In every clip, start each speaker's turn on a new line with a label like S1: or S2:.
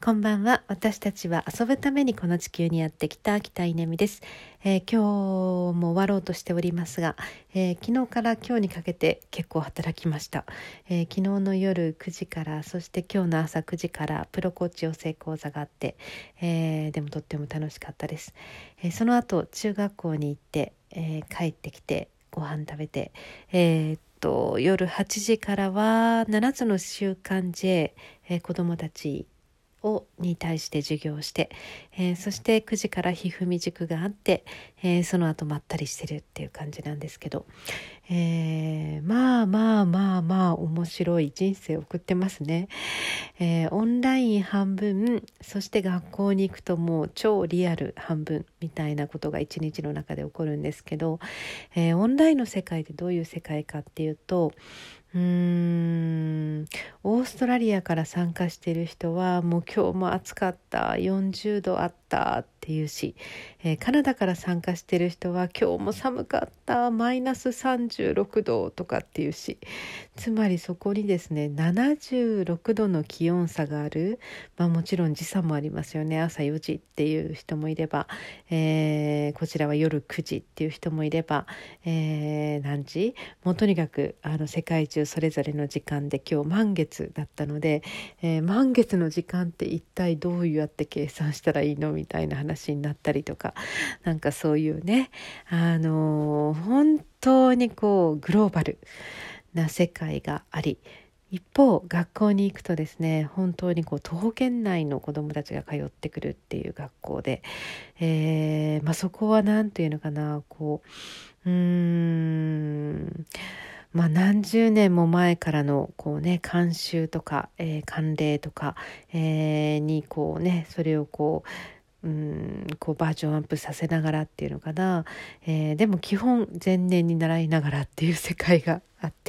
S1: こんばんは。私たちは遊ぶためにこの地球にやってきた北稲美です。今日も終わろうとしておりますが、昨日から今日にかけて結構働きました。昨日の夜9時からそして今日の朝9時からプロコーチ養成講座があって、でもとっても楽しかったです。その後中学校に行って、帰ってきてご飯食べて、夜8時からは7つの習慣 J、子どもたちに対して授業をして、そして9時からひふみ塾があって、その後まったりしてるっていう感じなんですけど、まあ面白い人生を送ってますね。オンライン半分、そして学校に行くともう超リアル半分みたいなことが一日の中で起こるんですけど、オンラインの世界ってどういう世界かっていうと、オーストラリアから参加している人はもう今日も暑かった、40度あったっていうし、カナダから参加している人は今日も寒かった、マイナス36度とかっていうし、つまりそこにですね76度の気温差がある、もちろん時差もありますよね。朝4時っていう人もいれば、こちらは夜9時っていう人もいれば、何時もうとにかく世界中それぞれの時間で今日満月だったので、満月の時間って一体どうやって計算したらいいのみたいな話になったりとか、なんかそういうね、本当にこうグローバルな世界があり、一方学校に行くとですね、本当にこう徒歩圏内の子どもたちが通ってくるっていう学校で、そこは何ていうのかな、何十年も前からの慣習とか、慣例とか、にそれをバージョンアップさせながらっていうのかな、でも基本前年に習いながらっていう世界があって、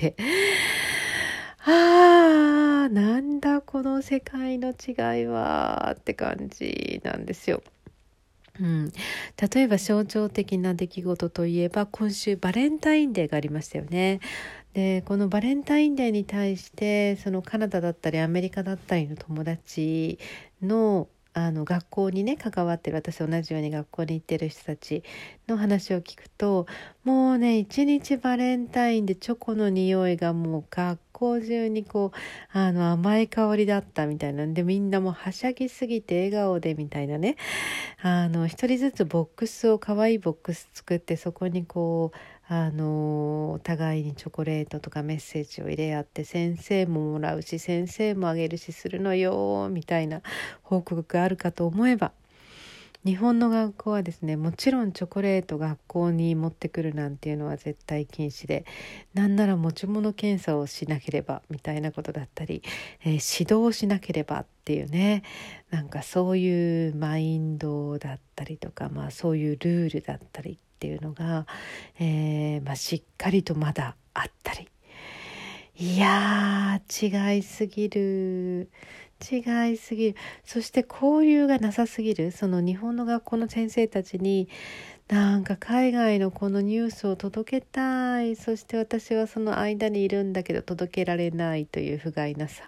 S1: なんだこの世界の違いはって感じなんですよ。例えば象徴的な出来事といえば、今週バレンタインデーがありましたよね。でこのバレンタインデーに対してそのカナダだったりアメリカだったりの友達の学校にね関わってる、私同じように学校に行ってる人たちの話を聞くと、もうね一日バレンタインでチョコの匂いがもう学校中に甘い香りだったみたいなんで、みんなもはしゃぎすぎて笑顔でみたいなね、一人ずつ可愛いボックス作って、そこにお互いにチョコレートとかメッセージを入れ合って、先生ももらうし先生もあげるしするのよみたいな報告があるかと思えば、日本の学校はですね、もちろんチョコレート学校に持ってくるなんていうのは絶対禁止で、なんなら持ち物検査をしなければみたいなことだったり、指導しなければっていうね、なんかそういうマインドだったりとか、そういうルールだったりっていうのが、しっかりとまだあったり、いやー違いすぎる。そして交流がなさすぎる。その日本の学校の先生たちになんか海外のこのニュースを届けたい、そして私はその間にいるんだけど届けられないという不甲斐なさ。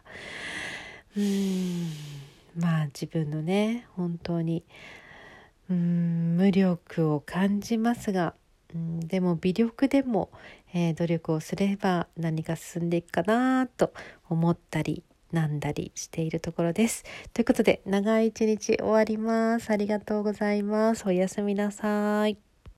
S1: 自分のね本当に無力を感じますが、でも微力でも、努力をすれば何か進んでいくかなと思ったりなんだりしているところです。ということで長い一日終わります。ありがとうございます。おやすみなさい。